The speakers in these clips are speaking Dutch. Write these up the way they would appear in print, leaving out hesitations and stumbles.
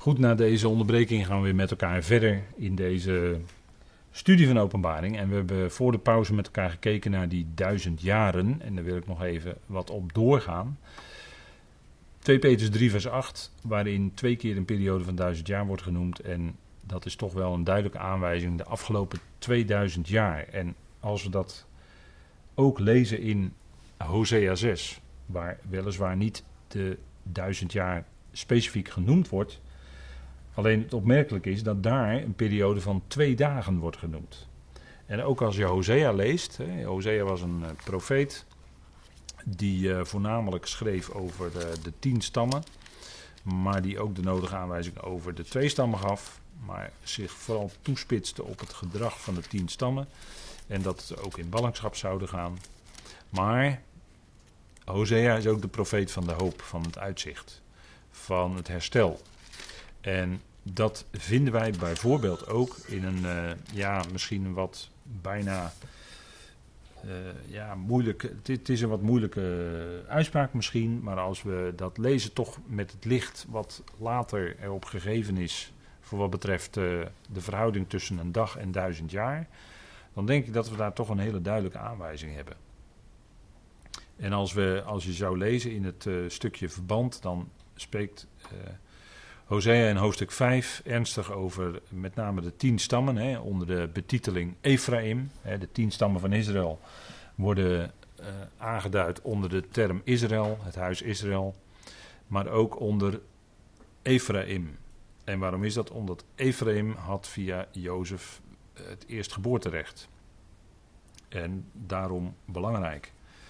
Goed, na deze onderbreking gaan we weer met elkaar verder in deze studie van Openbaring. En we hebben voor de pauze met elkaar gekeken naar die 1000 jaren. En daar wil ik nog even wat op doorgaan. 2 Petrus 3 vers 8, waarin 2 keer een periode van 1000 jaar wordt genoemd. En dat is toch wel een duidelijke aanwijzing, de afgelopen 2000 jaar. En als we dat ook lezen in Hosea 6, waar weliswaar niet de 1000 jaar specifiek genoemd wordt. Alleen het opmerkelijk is dat daar een periode van 2 dagen wordt genoemd. En ook als je Hosea leest, Hosea was een profeet die voornamelijk schreef over de 10 stammen. Maar die ook de nodige aanwijzingen over de 2 stammen gaf. Maar zich vooral toespitste op het gedrag van de 10 stammen. En dat ze ook in ballingschap zouden gaan. Maar Hosea is ook de profeet van de hoop, van het uitzicht, van het herstel. En dat vinden wij bijvoorbeeld ook in een, misschien een wat bijna moeilijke, het is een wat moeilijke uitspraak misschien, maar als we dat lezen toch met het licht wat later erop gegeven is, voor wat betreft de verhouding tussen een dag en 1000 jaar, dan denk ik dat we daar toch een hele duidelijke aanwijzing hebben. En als je zou lezen in het stukje verband, dan spreekt Hosea in hoofdstuk 5 ernstig over met name de 10 stammen, onder de betiteling Ephraim. De 10 stammen van Israël worden aangeduid onder de term Israël, het huis Israël, maar ook onder Ephraim. En waarom is dat? Omdat Ephraim had via Jozef het eerstgeboorterecht. En daarom belangrijk.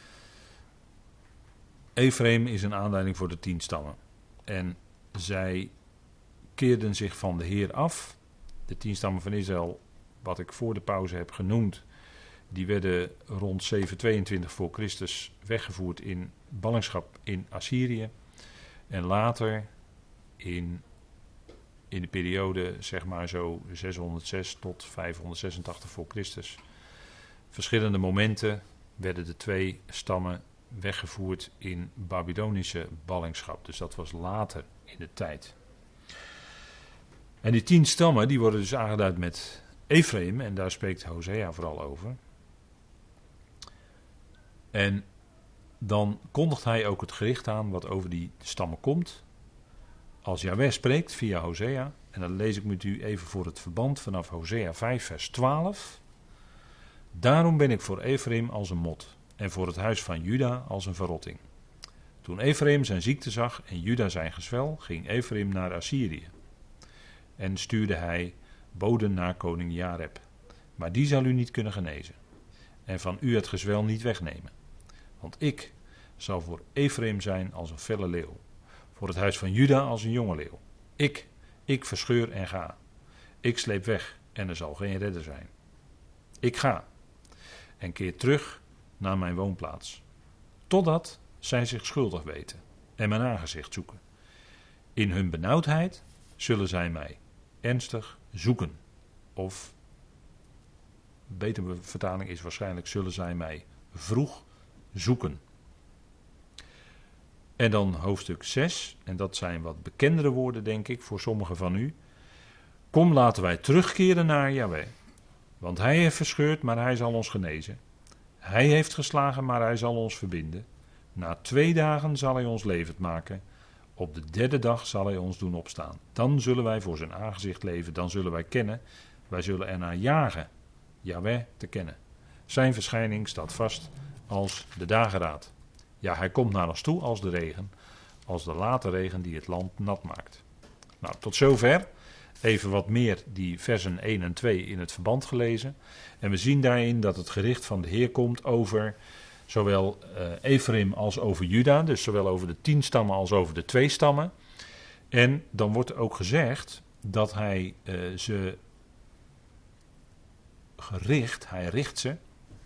Ephraim is een aanleiding voor de 10 stammen. En zij keerden zich van de Heer af. De 10 stammen van Israël, wat ik voor de pauze heb genoemd, die werden rond 722 voor Christus weggevoerd in ballingschap in Assyrië. En later in de periode, zeg maar zo 606 tot 586 voor Christus. Verschillende momenten werden de 2 stammen weggevoerd in Babylonische ballingschap. Dus dat was later in de tijd. En die 10 stammen die worden dus aangeduid met Ephraim. En daar spreekt Hosea vooral over. En dan kondigt hij ook het gericht aan wat over die stammen komt. Als Jahweh spreekt via Hosea. En dan lees ik met u even voor het verband vanaf Hosea 5 vers 12. Daarom ben ik voor Ephraim als een mot. En voor het huis van Juda als een verrotting. Toen Ephraim zijn ziekte zag en Juda zijn gezwel, ging Ephraim naar Assyrië. En stuurde hij boden naar koning Jareb. Maar die zal u niet kunnen genezen. En van u het gezwel niet wegnemen. Want ik zal voor Ephraim zijn als een felle leeuw. Voor het huis van Juda als een jonge leeuw. Ik verscheur en ga. Ik sleep weg en er zal geen redder zijn. Ik ga en keer terug naar mijn woonplaats. Totdat zij zich schuldig weten en mijn aangezicht zoeken. In hun benauwdheid zullen zij mij ernstig zoeken. Of, betere vertaling is waarschijnlijk, zullen zij mij vroeg zoeken. En dan hoofdstuk 6, en dat zijn wat bekendere woorden denk ik voor sommigen van u. Kom, laten wij terugkeren naar Jahweh. Want hij heeft verscheurd, maar hij zal ons genezen. Hij heeft geslagen, maar hij zal ons verbinden. Na 2 dagen zal hij ons levend maken. Op de 3e dag zal hij ons doen opstaan. Dan zullen wij voor zijn aangezicht leven. Dan zullen wij kennen. Wij zullen ernaar jagen. Jahweh te kennen. Zijn verschijning staat vast als de dageraad. Ja, hij komt naar ons toe als de regen. Als de late regen die het land nat maakt. Nou, tot zover. Even wat meer die versen 1 en 2 in het verband gelezen. En we zien daarin dat het gericht van de Heer komt over zowel Ephraim als over Juda. Dus zowel over de 10 stammen als over de 2 stammen. En dan wordt ook gezegd dat hij hij richt ze.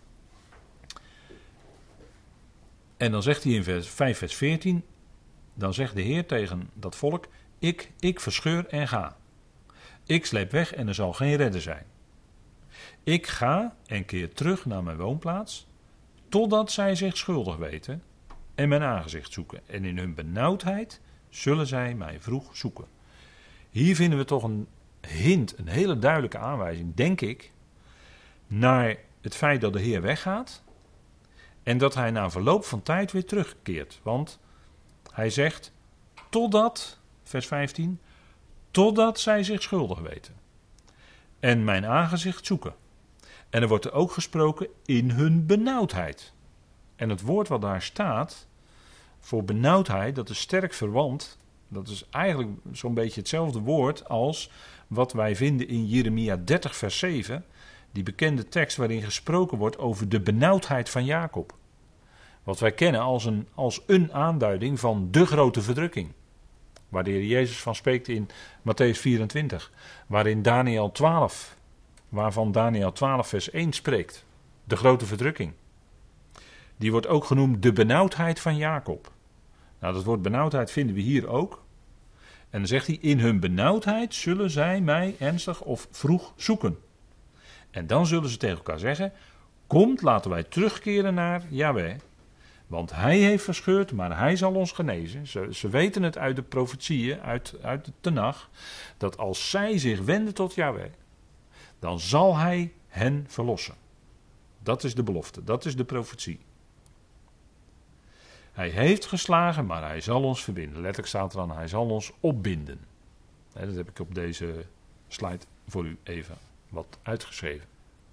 En dan zegt hij in 5 vers 14, dan zegt de Heer tegen dat volk, ik verscheur en ga. Ik sleep weg en er zal geen redder zijn. Ik ga en keer terug naar mijn woonplaats, totdat zij zich schuldig weten en mijn aangezicht zoeken. En in hun benauwdheid zullen zij mij vroeg zoeken. Hier vinden we toch een hint, een hele duidelijke aanwijzing, denk ik, naar het feit dat de Heer weggaat en dat hij na verloop van tijd weer terugkeert. Want hij zegt, totdat, vers 15, totdat zij zich schuldig weten en mijn aangezicht zoeken. En er wordt er ook gesproken in hun benauwdheid. En het woord wat daar staat voor benauwdheid, dat is sterk verwant. Dat is eigenlijk zo'n beetje hetzelfde woord als wat wij vinden in Jeremia 30 vers 7. Die bekende tekst waarin gesproken wordt over de benauwdheid van Jacob. Wat wij kennen als een aanduiding van de grote verdrukking. Waar de Heer Jezus van spreekt in Mattheüs 24. Waarvan Daniel 12 vers 1 spreekt. De grote verdrukking. Die wordt ook genoemd de benauwdheid van Jacob. Nou, dat woord benauwdheid vinden we hier ook. En dan zegt hij, in hun benauwdheid zullen zij mij ernstig of vroeg zoeken. En dan zullen ze tegen elkaar zeggen, komt, laten wij terugkeren naar Yahweh. Want hij heeft verscheurd, maar hij zal ons genezen. Ze weten het uit de profetieën, uit de Tenach, dat als zij zich wenden tot Yahweh, dan zal hij hen verlossen. Dat is de belofte, dat is de profetie. Hij heeft geslagen, maar hij zal ons verbinden. Letterlijk staat er aan, hij zal ons opbinden. Dat heb ik op deze slide voor u even wat uitgeschreven.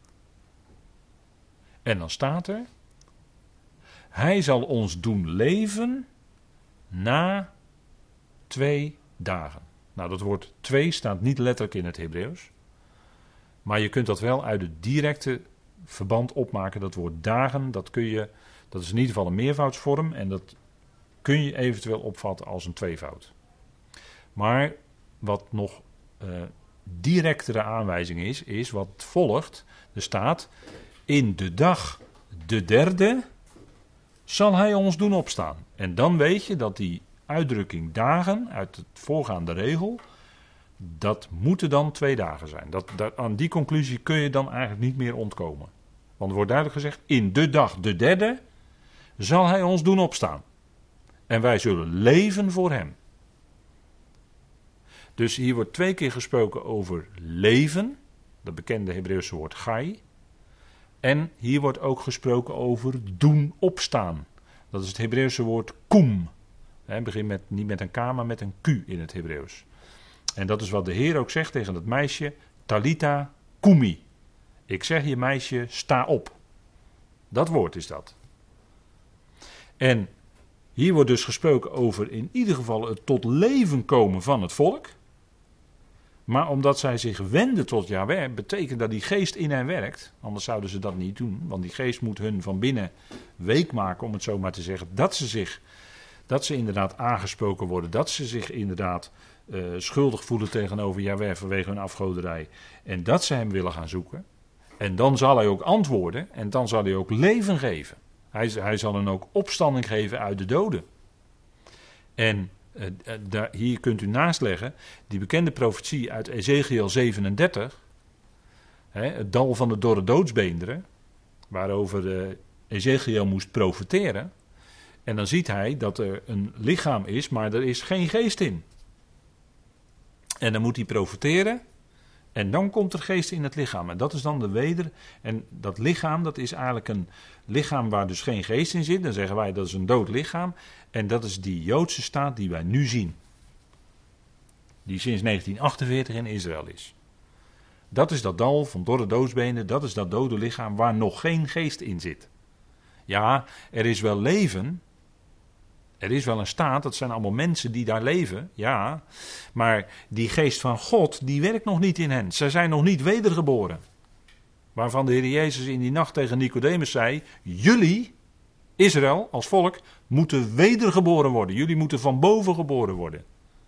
En dan staat er, hij zal ons doen leven na 2 dagen. Nou, dat woord 2 staat niet letterlijk in het Hebreeuws. Maar je kunt dat wel uit het directe verband opmaken. Dat woord dagen, dat is in ieder geval een meervoudsvorm. En dat kun je eventueel opvatten als een tweevoud. Maar wat nog directere aanwijzing is wat volgt. Er staat, in de dag de 3e zal hij ons doen opstaan. En dan weet je dat die uitdrukking dagen uit het voorgaande regel, dat moeten dan 2 dagen zijn. Aan die conclusie kun je dan eigenlijk niet meer ontkomen. Want er wordt duidelijk gezegd, in de dag de 3e zal hij ons doen opstaan. En wij zullen leven voor hem. Dus hier wordt 2 keer gesproken over leven, dat bekende Hebreeuwse woord gai. En hier wordt ook gesproken over doen opstaan. Dat is het Hebreeuwse woord kum. Het begint niet met een K, maar met een Q in het Hebreeuws. En dat is wat de Heer ook zegt tegen het meisje, Talita kumi. Ik zeg je meisje, sta op. Dat woord is dat. En hier wordt dus gesproken over in ieder geval het tot leven komen van het volk. Maar omdat zij zich wenden tot Yahweh, betekent dat die geest in hen werkt. Anders zouden ze dat niet doen. Want die geest moet hun van binnen week maken, om het zo maar te zeggen. Dat ze inderdaad aangesproken worden. Dat ze zich inderdaad schuldig voelen tegenover Yahweh vanwege hun afgoderij. En dat ze hem willen gaan zoeken. En dan zal hij ook antwoorden. En dan zal hij ook leven geven. Hij zal hen ook opstanding geven uit de doden. En hier kunt u naast leggen die bekende profetie uit Ezekiel 37. Het dal van de dorre doodsbeenderen. Waarover Ezekiel moest profeteren. En dan ziet hij dat er een lichaam is, maar er is geen geest in. En dan moet hij profeteren. En dan komt er geest in het lichaam. En dat is dan de weder. En dat lichaam, dat is eigenlijk een lichaam waar dus geen geest in zit. Dan zeggen wij dat is een dood lichaam. En dat is die Joodse staat die wij nu zien. Die sinds 1948 in Israël is. Dat is dat dal van dorre doodsbenen. Dat is dat dode lichaam waar nog geen geest in zit. Ja, er is wel leven. Er is wel een staat, dat zijn allemaal mensen die daar leven, ja. Maar die geest van God, die werkt nog niet in hen. Zij zijn nog niet wedergeboren. Waarvan de Heer Jezus in die nacht tegen Nicodemus zei, jullie, Israël, als volk, moeten wedergeboren worden. Jullie moeten van boven geboren worden.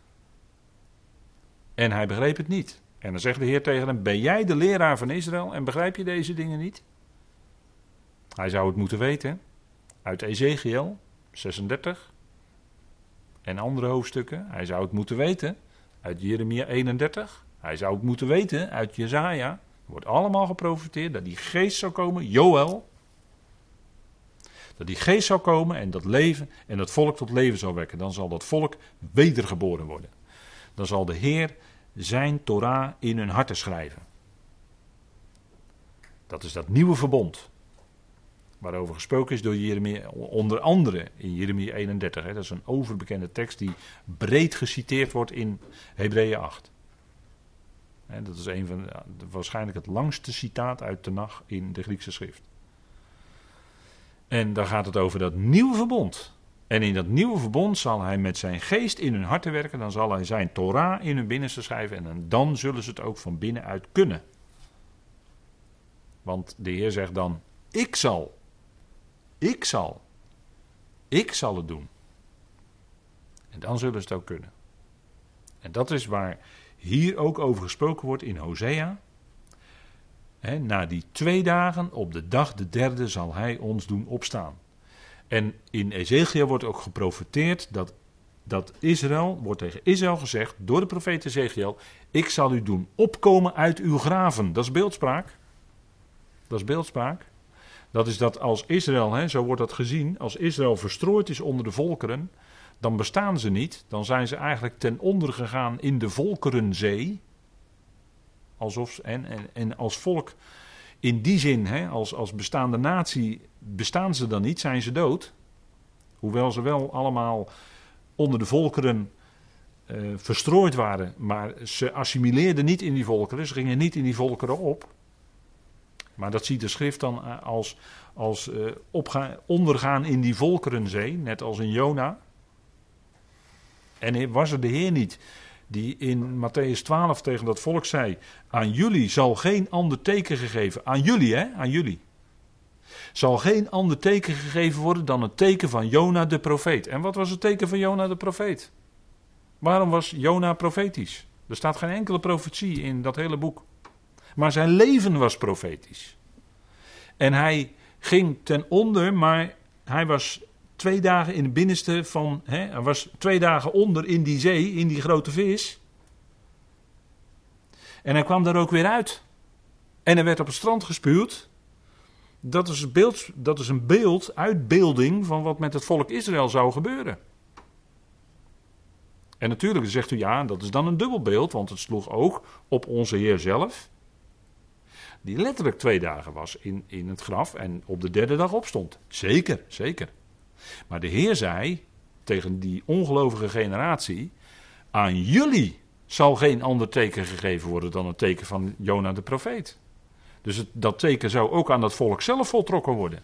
En hij begreep het niet. En dan zegt de Heer tegen hem, ben jij de leraar van Israël en begrijp je deze dingen niet? Hij zou het moeten weten. Uit Ezekiel 36 en andere hoofdstukken. Hij zou het moeten weten uit Jeremia 31. Hij zou het moeten weten uit Jesaja. Er wordt allemaal geprofeteerd dat die geest zou komen, Joël. Dat die geest zou komen en dat leven en dat volk tot leven zou wekken. Dan zal dat volk wedergeboren worden. Dan zal de Heer zijn Torah in hun harten schrijven. Dat is dat nieuwe verbond. Waarover gesproken is door Jeremia, onder andere in Jeremia 31. Dat is een overbekende tekst die breed geciteerd wordt in Hebreeën 8. Dat is waarschijnlijk het langste citaat uit Tenach in de Griekse schrift. En daar gaat het over dat nieuwe verbond. En in dat nieuwe verbond zal hij met zijn geest in hun harten werken. Dan zal hij zijn Torah in hun binnenste schrijven. En dan zullen ze het ook van binnenuit kunnen. Want de Heer zegt dan, ik zal het doen. En dan zullen ze het ook kunnen. En dat is waar hier ook over gesproken wordt in Hosea. Na die 2 dagen, op de dag de 3e, zal hij ons doen opstaan. En in Ezechiel wordt ook geprofeteerd dat Israël, wordt tegen Israël gezegd door de profeet Ezechiel, ik zal u doen opkomen uit uw graven. Dat is beeldspraak. Dat is dat als Israël, zo wordt dat gezien, als Israël verstrooid is onder de volkeren, dan bestaan ze niet. Dan zijn ze eigenlijk ten onder gegaan in de volkerenzee. En als volk in die zin, als bestaande natie, bestaan ze dan niet, zijn ze dood. Hoewel ze wel allemaal onder de volkeren verstrooid waren, maar ze assimileerden niet in die volkeren, ze gingen niet in die volkeren op. Maar dat ziet de schrift dan als ondergaan in die volkerenzee, net als in Jona. En was er de Heer niet die in Matthäus 12 tegen dat volk zei, aan jullie zal geen ander teken gegeven, aan jullie, zal geen ander teken gegeven worden dan het teken van Jona de profeet. En wat was het teken van Jona de profeet? Waarom was Jona profetisch? Er staat geen enkele profetie in dat hele boek. Maar zijn leven was profetisch. En hij ging ten onder, maar hij was 2 dagen in het binnenste van... hij was 2 dagen onder in die zee, in die grote vis. En hij kwam daar ook weer uit. En hij werd op het strand gespuwd. Dat is een uitbeelding van wat met het volk Israël zou gebeuren. En natuurlijk zegt u, ja, dat is dan een dubbel beeld, want het sloeg ook op onze Heer zelf, die letterlijk 2 dagen was in het graf en op de 3e dag opstond. Zeker, zeker. Maar de Heer zei tegen die ongelovige generatie, aan jullie zal geen ander teken gegeven worden dan het teken van Jona de profeet. Dus dat teken zou ook aan dat volk zelf voltrokken worden.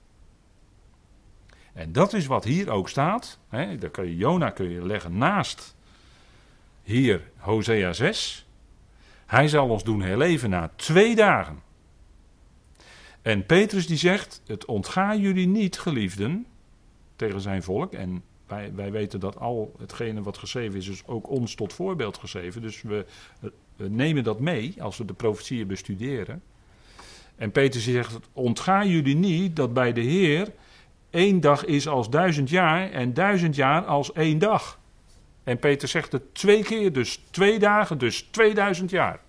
En dat is wat hier ook staat. Dan kun je Jona leggen naast hier Hosea 6. Hij zal ons doen herleven na 2 dagen. En Petrus die zegt, het ontgaan jullie niet, geliefden, tegen zijn volk. En wij weten dat al hetgene wat geschreven is, dus ook ons tot voorbeeld geschreven. Dus we nemen dat mee als we de profetieën bestuderen. En Petrus zegt, het ontgaan jullie niet dat bij de Heer 1 dag is als 1000 jaar en 1000 jaar als 1 dag. En Petrus zegt het 2 keer, dus 2 dagen, dus 2000 jaar.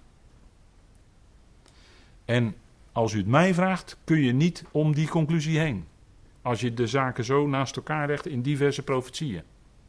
En als u het mij vraagt, kun je niet om die conclusie heen. Als je de zaken zo naast elkaar legt in diverse profetieën.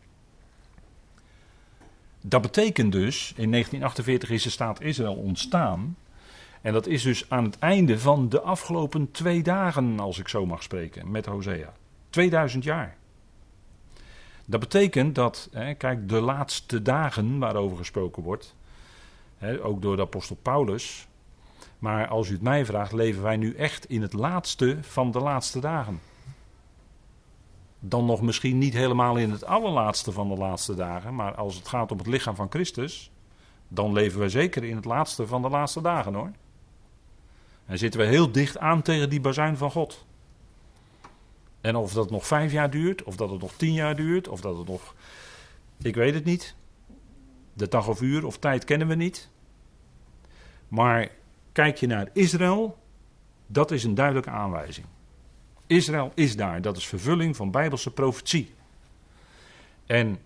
Dat betekent dus, in 1948 is de staat Israël ontstaan. En dat is dus aan het einde van de afgelopen 2 dagen, als ik zo mag spreken, met Hosea. 2000 jaar. Dat betekent dat, kijk, de laatste dagen waarover gesproken wordt, ook door de apostel Paulus. Maar als u het mij vraagt, leven wij nu echt in het laatste van de laatste dagen. Dan nog misschien niet helemaal in het allerlaatste van de laatste dagen, maar als het gaat om het lichaam van Christus, dan leven we zeker in het laatste van de laatste dagen, hoor. En zitten we heel dicht aan tegen die bazuin van God. En of dat nog 5 jaar duurt, of dat het nog 10 jaar duurt, of dat het nog... Ik weet het niet. De dag of uur of tijd kennen we niet. Maar kijk je naar Israël, dat is een duidelijke aanwijzing. Israël is daar, dat is vervulling van bijbelse profetie. En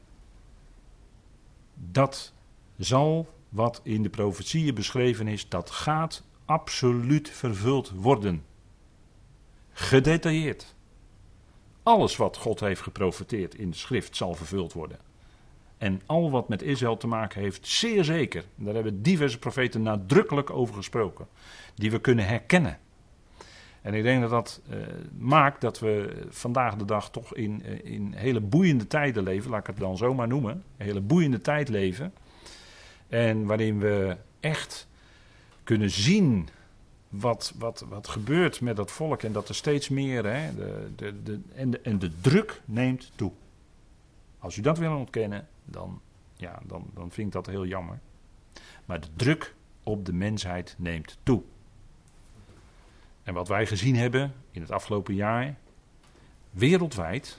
dat zal, wat in de profetieën beschreven is, dat gaat absoluut vervuld worden. Gedetailleerd. Alles wat God heeft geprofeteerd in de schrift zal vervuld worden. En al wat met Israël te maken heeft, zeer zeker. Daar hebben diverse profeten nadrukkelijk over gesproken. Die we kunnen herkennen. En ik denk dat dat maakt dat we vandaag de dag toch in hele boeiende tijden leven. Laat ik het dan zomaar noemen. Een hele boeiende tijd leven. En waarin we echt kunnen zien wat gebeurt met dat volk. En dat er steeds meer, de druk neemt toe. Als u dat wil ontkennen, dan vind ik dat heel jammer. Maar de druk op de mensheid neemt toe. En wat wij gezien hebben in het afgelopen jaar, wereldwijd,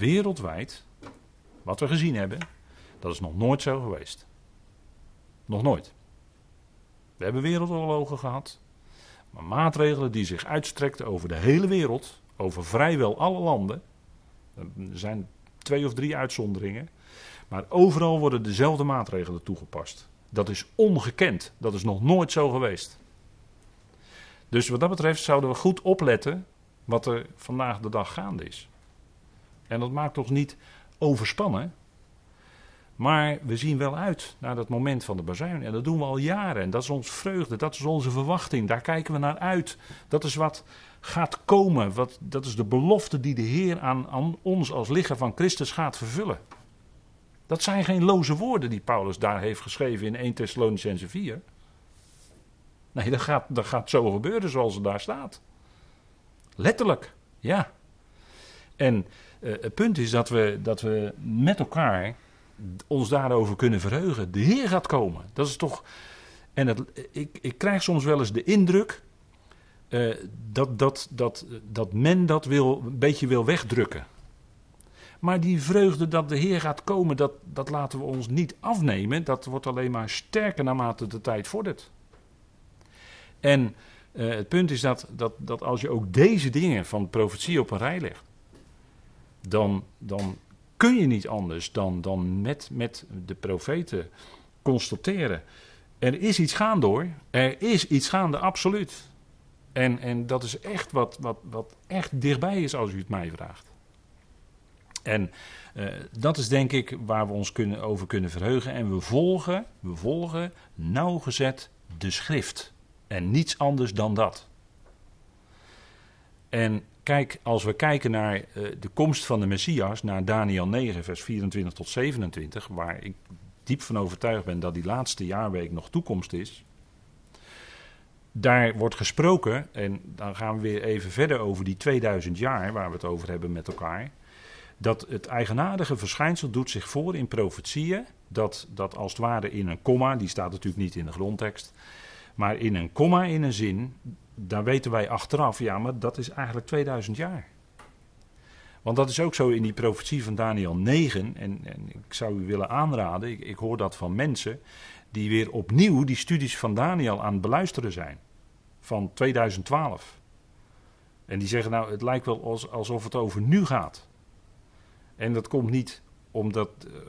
wat we gezien hebben, dat is nog nooit zo geweest. Nog nooit. We hebben wereldoorlogen gehad, maar maatregelen die zich uitstrekten over de hele wereld, over vrijwel alle landen. Er zijn 2 of 3 uitzonderingen, maar overal worden dezelfde maatregelen toegepast. Dat is ongekend, dat is nog nooit zo geweest. Dus wat dat betreft zouden we goed opletten wat er vandaag de dag gaande is. En dat maakt ons niet overspannen. Maar we zien wel uit naar dat moment van de bazuin. En dat doen we al jaren. En dat is onze vreugde, dat is onze verwachting. Daar kijken we naar uit. Dat is wat gaat komen. Dat is de belofte die de Heer aan ons als lichaam van Christus gaat vervullen. Dat zijn geen loze woorden die Paulus daar heeft geschreven in 1 Thessalonicenzen 4. Nee, dat gaat zo gebeuren zoals het daar staat. Letterlijk, ja. En het punt is dat we met elkaar ons daarover kunnen verheugen. De Heer gaat komen. Dat is toch. En ik krijg soms wel eens de indruk dat men dat een beetje wil wegdrukken. Maar die vreugde dat de Heer gaat komen, dat laten we ons niet afnemen. Dat wordt alleen maar sterker naarmate de tijd vordert. En het punt is dat als je ook deze dingen van profetie op een rij legt, dan kun je niet anders dan met de profeten constateren. Er is iets gaande hoor. Er is iets gaande, absoluut. En dat is echt wat echt dichtbij is als u het mij vraagt. En dat is denk ik waar we ons over kunnen verheugen. En we volgen nauwgezet de schrift. En niets anders dan dat. En kijk, als we kijken naar de komst van de Messias, naar Daniël 9, vers 24 tot 27, waar ik diep van overtuigd ben dat die laatste jaarweek nog toekomst is. Daar wordt gesproken, en dan gaan we weer even verder over die 2000 jaar waar we het over hebben met elkaar. Dat het eigenaardige verschijnsel doet zich voor in profetieën, dat als het ware in een komma, die staat natuurlijk niet in de grondtekst, maar in een komma in een zin, daar weten wij achteraf, ja, maar dat is eigenlijk 2000 jaar. Want dat is ook zo in die profetie van Daniël 9, en ik zou u willen aanraden, ik hoor dat van mensen, die weer opnieuw die studies van Daniël aan het beluisteren zijn, van 2012. En die zeggen nou, het lijkt wel alsof het over nu gaat. En dat komt niet omdat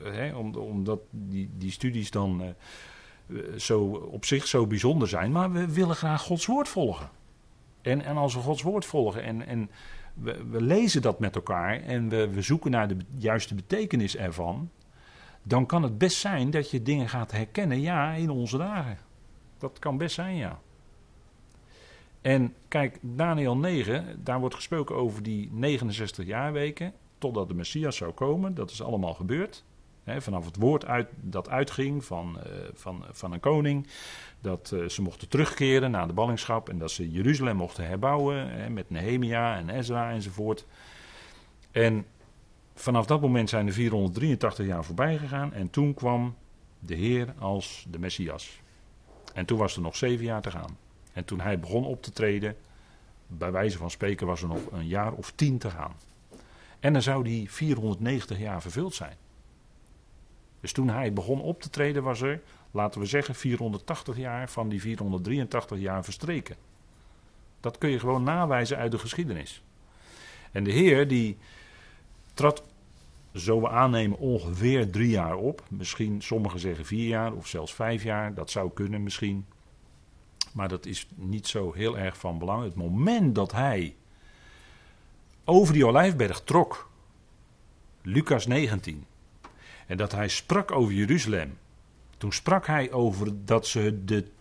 die studies dan zo op zich zo bijzonder zijn, maar we willen graag Gods woord volgen. En als we Gods woord volgen en we lezen dat met elkaar en we zoeken naar de juiste betekenis ervan, dan kan het best zijn dat je dingen gaat herkennen, ja, in onze dagen. Dat kan best zijn, ja. En kijk, Daniël 9, daar wordt gesproken over die 69 jaarweken, totdat de Messias zou komen. Dat is allemaal gebeurd. Vanaf het woord dat uitging van een koning, dat ze mochten terugkeren naar de ballingschap en dat ze Jeruzalem mochten herbouwen, met Nehemia en Ezra enzovoort. En vanaf dat moment zijn er 483 jaar voorbij gegaan en toen kwam de Heer als de Messias. En toen was er nog 7 jaar te gaan. En toen hij begon op te treden, bij wijze van spreken was er nog een jaar of 10 te gaan. En dan zou die 490 jaar vervuld zijn. Dus toen hij begon op te treden was er, laten we zeggen, 480 jaar van die 483 jaar verstreken. Dat kun je gewoon nawijzen uit de geschiedenis. En de Heer die trad, zo we aannemen, ongeveer 3 jaar op. Misschien, sommigen zeggen 4 jaar of zelfs 5 jaar. Dat zou kunnen misschien. Maar dat is niet zo heel erg van belang. Het moment dat hij over die Olijfberg trok, Lucas 19... En dat hij sprak over Jeruzalem. Toen sprak hij over dat ze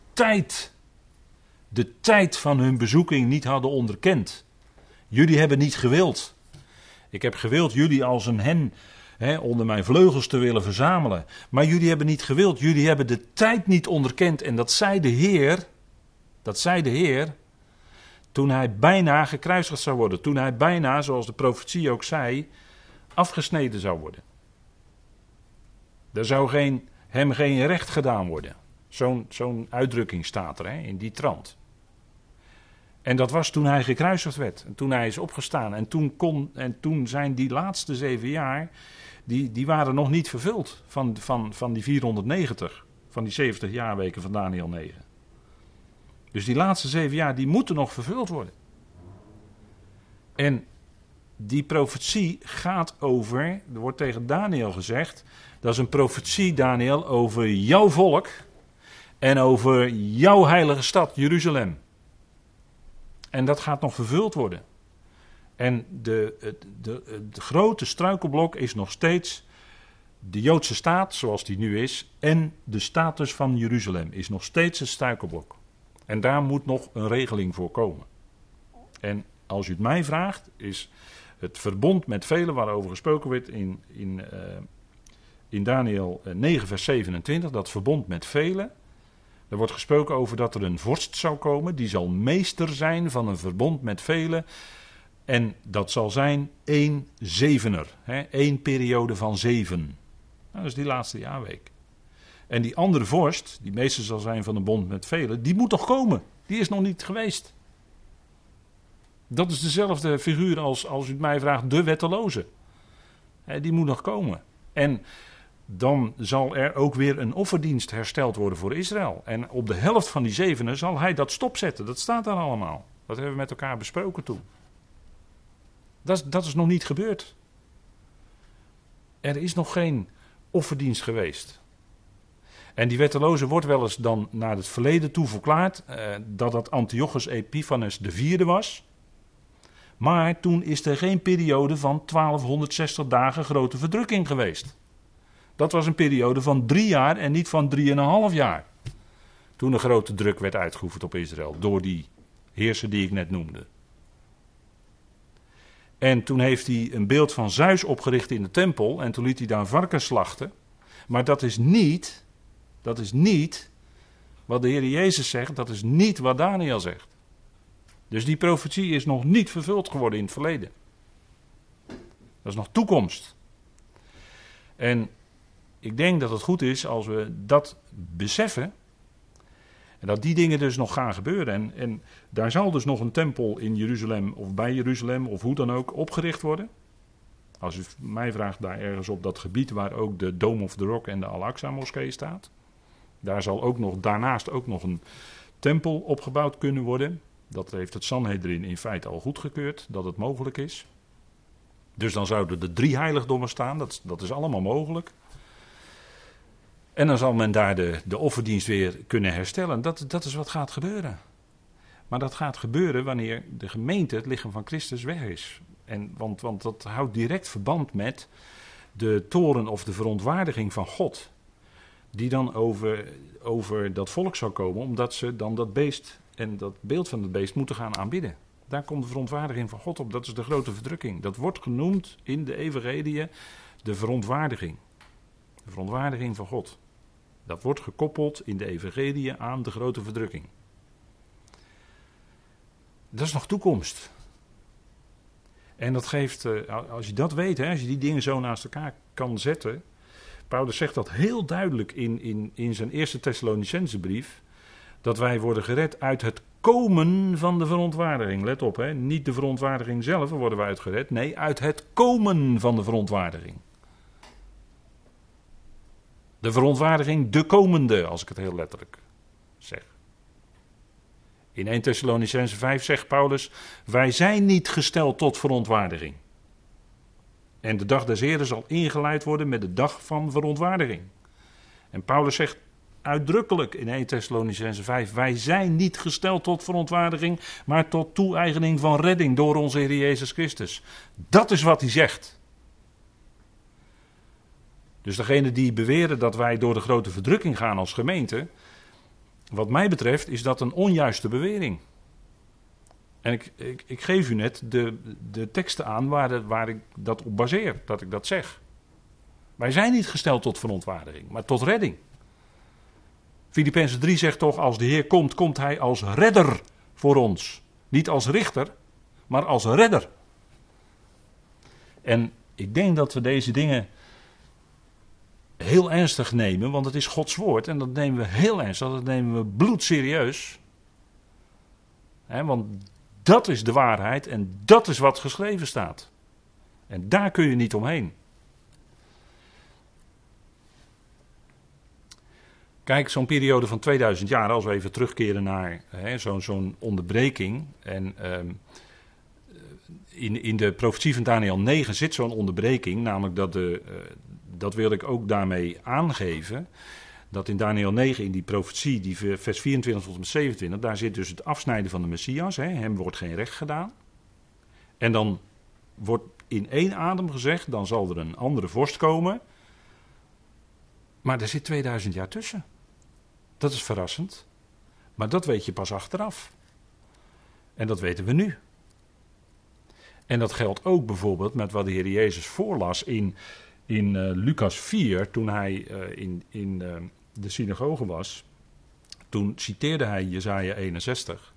de tijd van hun bezoeking niet hadden onderkend. Jullie hebben niet gewild. Ik heb gewild jullie als een hen onder mijn vleugels te willen verzamelen. Maar jullie hebben niet gewild. Jullie hebben de tijd niet onderkend. En dat zei de Heer, toen hij bijna gekruisigd zou worden. Toen hij bijna, zoals de profetie ook zei, afgesneden zou worden. Er zou hem geen recht gedaan worden. Zo'n uitdrukking staat er in die trant. En dat was toen hij gekruisigd werd. En toen hij is opgestaan. En toen zijn die laatste 7 jaar, die waren nog niet vervuld van die 490. Van die 70 jaarweken van Daniël 9. Dus die laatste 7 jaar, die moeten nog vervuld worden. En die profetie gaat over, er wordt tegen Daniël gezegd, dat is een profetie, Daniël, over jouw volk en over jouw heilige stad, Jeruzalem. En dat gaat nog vervuld worden. En de grote struikelblok is nog steeds de Joodse staat, zoals die nu is, en de status van Jeruzalem is nog steeds een struikelblok. En daar moet nog een regeling voor komen. En als u het mij vraagt, is het verbond met velen waarover gesproken wordt in Daniël 9 vers 27, dat verbond met velen. Er wordt gesproken over dat er een vorst zou komen, die zal meester zijn van een verbond met velen. En dat zal zijn 1 zevener, 1 periode van 7. Nou, dat is die laatste jaarweek. En die andere vorst, die meester zal zijn van een bond met velen, die moet toch komen? Die is nog niet geweest. Dat is dezelfde figuur als u het mij vraagt, de wetteloze. Die moet nog komen. En dan zal er ook weer een offerdienst hersteld worden voor Israël. En op de helft van die 7 zal hij dat stopzetten. Dat staat daar allemaal. Dat hebben we met elkaar besproken toen. Dat is nog niet gebeurd. Er is nog geen offerdienst geweest. En die wetteloze wordt wel eens dan naar het verleden toe verklaard dat Antiochus Epiphanes de 4e was. Maar toen is er geen periode van 1260 dagen grote verdrukking geweest. Dat was een periode van 3 jaar en niet van 3,5 jaar. Toen een grote druk werd uitgeoefend op Israël door die heerser die ik net noemde. En toen heeft hij een beeld van Zeus opgericht in de tempel en toen liet hij daar varkens slachten. Maar dat is niet wat de Heer Jezus zegt, dat is niet wat Daniël zegt. Dus die profetie is nog niet vervuld geworden in het verleden. Dat is nog toekomst. En ik denk dat het goed is als we dat beseffen. En dat die dingen dus nog gaan gebeuren. En daar zal dus nog een tempel in Jeruzalem of bij Jeruzalem of hoe dan ook opgericht worden. Als u mij vraagt, daar ergens op dat gebied waar ook de Dome of the Rock en de Al-Aqsa moskee staat. Daar zal daarnaast ook nog een tempel opgebouwd kunnen worden. Dat heeft het Sanhedrin in feite al goedgekeurd, dat het mogelijk is. Dus dan zouden er 3 heiligdommen staan, dat is allemaal mogelijk. En dan zal men daar de offerdienst weer kunnen herstellen. Dat is wat gaat gebeuren. Maar dat gaat gebeuren wanneer de gemeente, het lichaam van Christus, weg is. Want dat houdt direct verband met de toorn of de verontwaardiging van God. Die dan over dat volk zou komen, omdat ze dan dat beest en dat beeld van het beest moeten gaan aanbidden. Daar komt de verontwaardiging van God op. Dat is de grote verdrukking. Dat wordt genoemd in de Evangelie de verontwaardiging. De verontwaardiging van God. Dat wordt gekoppeld in de Evangelie aan de grote verdrukking. Dat is nog toekomst. En dat geeft, als je dat weet, als je die dingen zo naast elkaar kan zetten. Paulus zegt dat heel duidelijk in zijn eerste Thessalonicensebrief. Dat wij worden gered uit het komen van de verontwaardiging. Let op, niet de verontwaardiging zelf worden wij uitgered. Nee, uit het komen van de verontwaardiging. De verontwaardiging, de komende, als ik het heel letterlijk zeg. In 1 Thessalonicense 5 zegt Paulus, wij zijn niet gesteld tot verontwaardiging. En de dag des Heren zal ingeleid worden met de dag van verontwaardiging. En Paulus zegt uitdrukkelijk in 1 Thessalonicense 5, wij zijn niet gesteld tot verontwaardiging, maar tot toe-eigening van redding door onze Heer Jezus Christus. Dat is wat hij zegt. Dus degene die beweren dat wij door de grote verdrukking gaan als gemeente, wat mij betreft is dat een onjuiste bewering. En ik geef u net de teksten aan waar ik dat op baseer, dat ik dat zeg. Wij zijn niet gesteld tot verontwaardiging, maar tot redding. Filippenzen 3 zegt toch, als de Heer komt, komt hij als redder voor ons. Niet als richter, maar als redder. En ik denk dat we deze dingen heel ernstig nemen, want het is Gods woord en dat nemen we heel ernstig, dat nemen we bloedserieus. Want dat is de waarheid en dat is wat geschreven staat. En daar kun je niet omheen. Kijk, zo'n periode van 2000 jaar, als we even terugkeren naar zo'n onderbreking. En in de profetie van Daniel 9 zit zo'n onderbreking, namelijk dat wil ik ook daarmee aangeven. Dat in Daniel 9, in die profetie, die vers 24 tot en met 27, daar zit dus het afsnijden van de Messias. Hem wordt geen recht gedaan. En dan wordt in één adem gezegd, dan zal er een andere vorst komen. Maar er zit 2000 jaar tussen. Dat is verrassend. Maar dat weet je pas achteraf. En dat weten we nu. En dat geldt ook bijvoorbeeld met wat de Heer Jezus voorlas in Lucas 4, toen hij in de synagoge was. Toen citeerde hij Jesaja 61.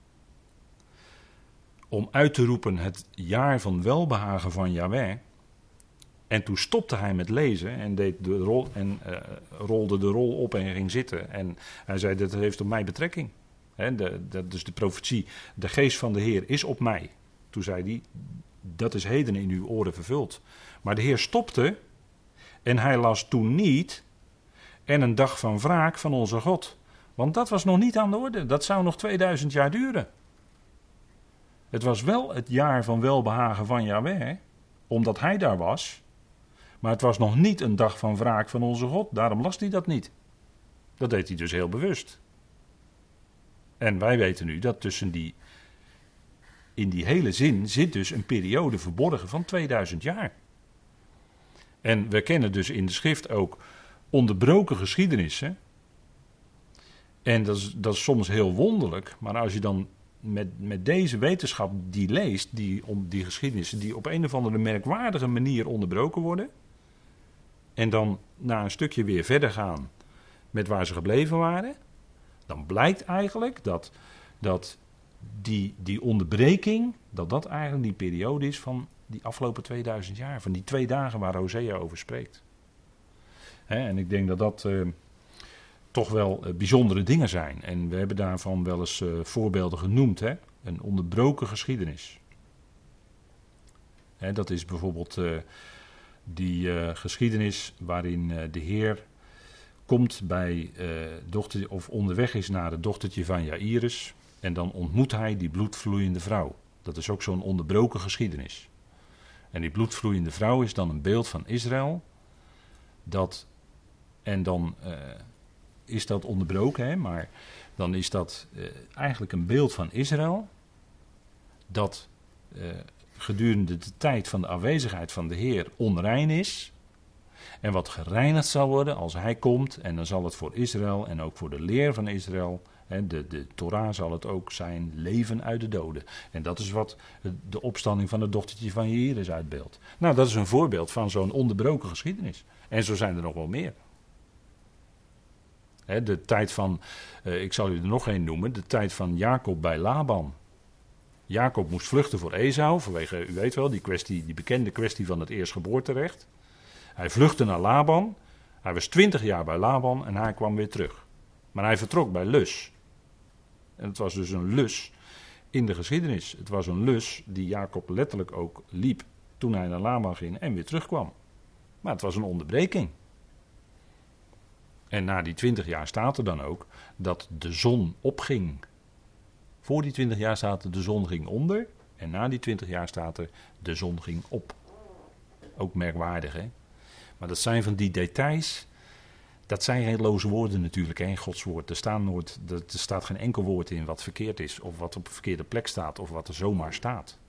Om uit te roepen het jaar van welbehagen van Yahweh. En toen stopte hij met lezen en rolde de rol op en ging zitten. En hij zei, dat heeft op mij betrekking. Dus de profetie, de geest van de Heer is op mij. Toen zei hij, dat is heden in uw oren vervuld. Maar de Heer stopte en hij las toen niet en een dag van wraak van onze God. Want dat was nog niet aan de orde. Dat zou nog 2000 jaar duren. Het was wel het jaar van welbehagen van Yahweh, omdat hij daar was. Maar het was nog niet een dag van wraak van onze God. Daarom las hij dat niet. Dat deed hij dus heel bewust. En wij weten nu dat in die hele zin zit dus een periode verborgen van 2000 jaar. En we kennen dus in de schrift ook onderbroken geschiedenissen. En dat is soms heel wonderlijk. Maar als je dan met deze wetenschap die leest, die geschiedenissen die op een of andere merkwaardige manier onderbroken worden. En dan na een stukje weer verder gaan met waar ze gebleven waren. Dan blijkt eigenlijk dat die onderbreking, dat eigenlijk die periode is van die afgelopen 2000 jaar. Van die 2 dagen waar Hosea over spreekt. En ik denk dat dat toch wel bijzondere dingen zijn. En we hebben daarvan wel eens voorbeelden genoemd. Een onderbroken geschiedenis. Dat is bijvoorbeeld die geschiedenis waarin de Heer komt bij dochter, of onderweg is naar het dochtertje van Jairus. En dan ontmoet hij die bloedvloeiende vrouw. Dat is ook zo'n onderbroken geschiedenis. En die bloedvloeiende vrouw is dan een beeld van Israël. En dan is dat onderbroken, maar dan is dat eigenlijk een beeld van Israël. Dat gedurende de tijd van de aanwezigheid van de Heer onrein is. En wat gereinigd zal worden als hij komt. En dan zal het voor Israël en ook voor de leer van Israël. De Torah zal het ook zijn, leven uit de doden. En dat is wat de opstanding van het dochtertje van Jairus uitbeeldt. Nou, dat is een voorbeeld van zo'n onderbroken geschiedenis. En zo zijn er nog wel meer. De tijd van, ik zal u er nog één noemen, de tijd van Jacob bij Laban. Jacob moest vluchten voor Esau, vanwege, u weet wel, die bekende kwestie van het eerstgeboorterecht. Hij vluchtte naar Laban, hij was 20 jaar bij Laban en hij kwam weer terug. Maar hij vertrok bij Lus. En het was dus een lus in de geschiedenis. Het was een lus die Jacob letterlijk ook liep toen hij naar Laban ging en weer terugkwam. Maar het was een onderbreking. En na die 20 jaar staat er dan ook dat de zon opging. Voor die 20 jaar staat er de zon ging onder. En na die 20 jaar staat er de zon ging op. Ook merkwaardig, hè? Maar dat zijn van die details. Dat zijn geen loze woorden natuurlijk, hè, in Gods woord. Er staat geen enkel woord in wat verkeerd is. Of wat op een verkeerde plek staat. Of wat er zomaar staat.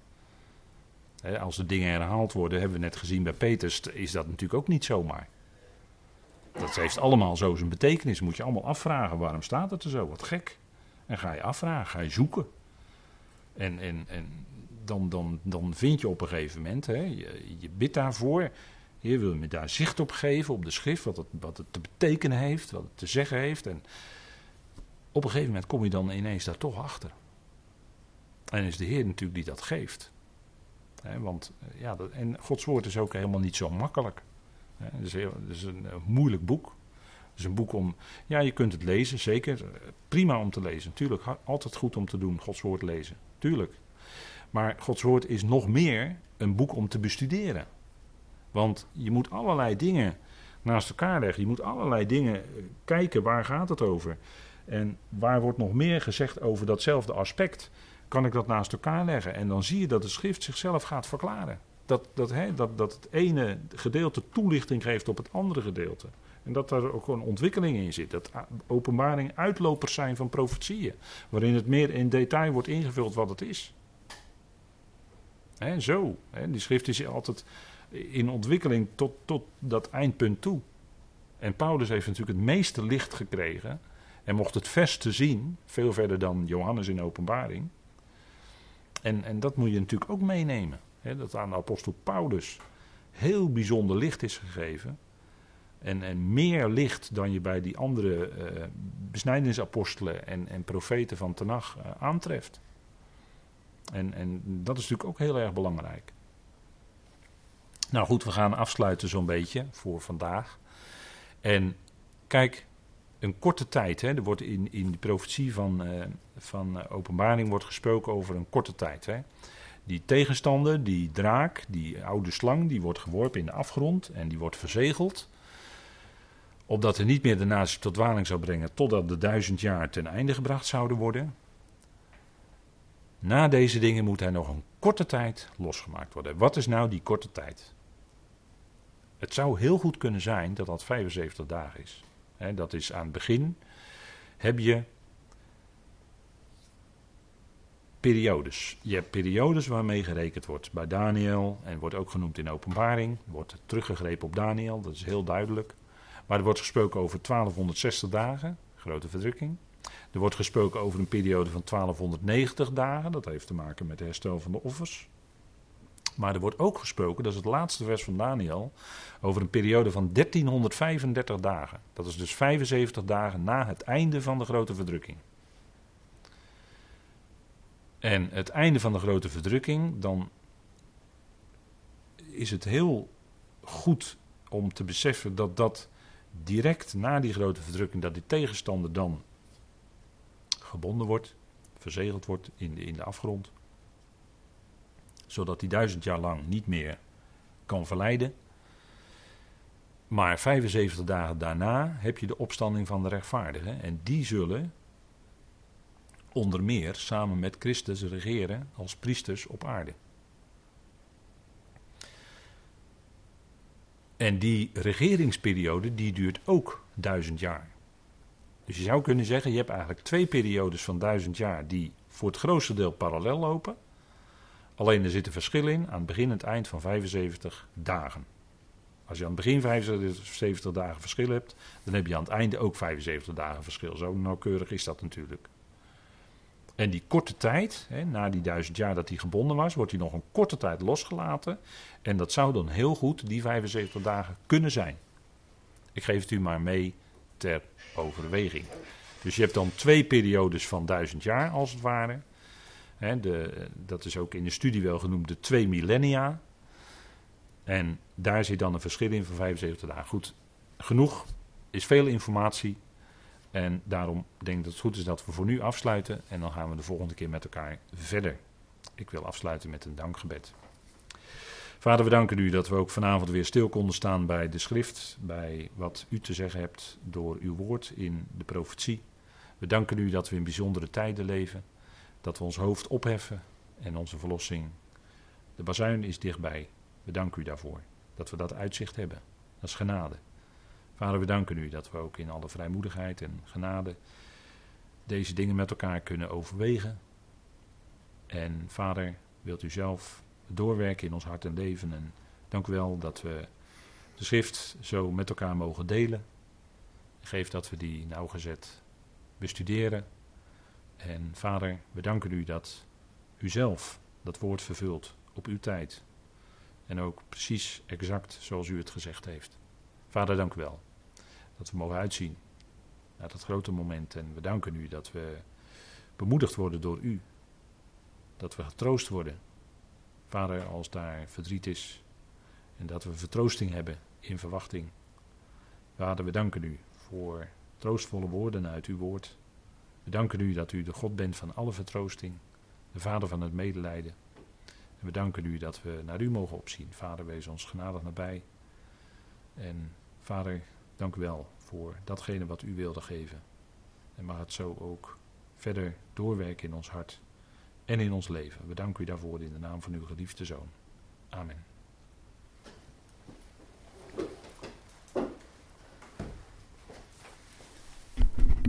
Als de dingen herhaald worden, hebben we net gezien bij Petrus, is dat natuurlijk ook niet zomaar. Dat heeft allemaal zo zijn betekenis. Moet je allemaal afvragen, waarom staat het er zo? Wat gek. En ga je afvragen, ga je zoeken. En dan vind je op een gegeven moment, hè, je bidt daarvoor. Je wil me daar zicht op geven, op de schrift, wat het te betekenen heeft, wat het te zeggen heeft. En op een gegeven moment kom je dan ineens daar toch achter. En is de Heer natuurlijk die dat geeft. Want en Gods woord is ook helemaal niet zo makkelijk. Het is een moeilijk boek. Het is een boek om, je kunt het lezen, zeker. Prima om te lezen, natuurlijk. Altijd goed om te doen, Gods woord lezen. Tuurlijk. Maar Gods woord is nog meer een boek om te bestuderen. Want je moet allerlei dingen naast elkaar leggen. Je moet allerlei dingen kijken, waar gaat het over? En waar wordt nog meer gezegd over datzelfde aspect? Kan ik dat naast elkaar leggen? En dan zie je dat de schrift zichzelf gaat verklaren. Dat het ene gedeelte toelichting geeft op het andere gedeelte. En dat daar ook een ontwikkeling in zit. Dat openbaringen uitlopers zijn van profetieën. Waarin het meer in detail wordt ingevuld wat het is. Die schrift is altijd in ontwikkeling tot dat eindpunt toe. En Paulus heeft natuurlijk het meeste licht gekregen. En mocht het verste zien, veel verder dan Johannes in Openbaring. En dat moet je natuurlijk ook meenemen. Dat aan de apostel Paulus heel bijzonder licht is gegeven. En meer licht dan je bij die andere besnijdenisapostelen en profeten van Tenach aantreft. En dat is natuurlijk ook heel erg belangrijk. Nou goed, we gaan afsluiten zo'n beetje voor vandaag. En kijk, een korte tijd, er wordt in de profetie van Openbaring wordt gesproken over een korte tijd. Die tegenstander, die draak, die oude slang, die wordt geworpen in de afgrond en die wordt verzegeld. Opdat er niet meer de natie tot dwaling zou brengen totdat de 1000 jaar ten einde gebracht zouden worden. Na deze dingen moet hij nog een korte tijd losgemaakt worden. Wat is nou die korte tijd? Het zou heel goed kunnen zijn dat dat 75 dagen is. Dat is aan het begin. Heb je periodes. Je hebt periodes waarmee gerekend wordt. Bij Daniel, en wordt ook genoemd in Openbaring, wordt teruggegrepen op Daniel, dat is heel duidelijk. Maar er wordt gesproken over 1260 dagen, grote verdrukking. Er wordt gesproken over een periode van 1290 dagen, dat heeft te maken met het herstel van de offers. Maar er wordt ook gesproken, dat is het laatste vers van Daniel, over een periode van 1335 dagen. Dat is dus 75 dagen na het einde van de grote verdrukking. En het einde van de grote verdrukking, dan is het heel goed om te beseffen dat direct na die grote verdrukking, dat die tegenstander dan gebonden wordt, verzegeld wordt in de afgrond. Zodat hij 1000 jaar lang niet meer kan verleiden. Maar 75 dagen daarna heb je de opstanding van de rechtvaardigen. En die zullen onder meer samen met Christus regeren als priesters op aarde. En die regeringsperiode die duurt ook 1000 jaar. Dus je zou kunnen zeggen, je hebt eigenlijk 2 periodes van 1000 jaar die voor het grootste deel parallel lopen. Alleen er zit een verschil in aan het begin en het eind van 75 dagen. Als je aan het begin 75 dagen verschil hebt, dan heb je aan het einde ook 75 dagen verschil. Zo nauwkeurig is dat natuurlijk. En die korte tijd, na die 1000 jaar dat hij gebonden was, wordt hij nog een korte tijd losgelaten. En dat zou dan heel goed die 75 dagen kunnen zijn. Ik geef het u maar mee ter overweging. Dus je hebt dan 2 periodes van 1000 jaar als het ware. Dat is ook in de studie wel genoemd de 2 millennia. En daar zit dan een verschil in van 75 dagen. Goed, genoeg is veel informatie. En daarom denk ik dat het goed is dat we voor nu afsluiten. En dan gaan we de volgende keer met elkaar verder. Ik wil afsluiten met een dankgebed. Vader, we danken u dat we ook vanavond weer stil konden staan bij de schrift. Bij wat u te zeggen hebt door uw woord in de profetie. We danken u dat we in bijzondere tijden leven. Dat we ons hoofd opheffen en onze verlossing. De bazuin is dichtbij. We danken u daarvoor. Dat we dat uitzicht hebben. Dat is genade. Vader, we danken u dat we ook in alle vrijmoedigheid en genade deze dingen met elkaar kunnen overwegen. En Vader, wilt u zelf doorwerken in ons hart en leven. En dank u wel dat we de schrift zo met elkaar mogen delen. Geef dat we die nauwgezet bestuderen. En Vader, we danken u dat u zelf dat woord vervult op uw tijd. En ook precies exact zoals u het gezegd heeft. Vader, dank u wel dat we mogen uitzien naar dat grote moment. En we danken u dat we bemoedigd worden door u. Dat we getroost worden. Vader, als daar verdriet is. En dat we vertroosting hebben in verwachting. Vader, we danken u voor troostvolle woorden uit uw woord. We danken u dat u de God bent van alle vertroosting. De Vader van het medelijden. En we danken u dat we naar u mogen opzien. Vader, wees ons genadig nabij. En Vader, dank u wel voor datgene wat u wilde geven. En mag het zo ook verder doorwerken in ons hart en in ons leven. We danken u daarvoor in de naam van uw geliefde Zoon. Amen.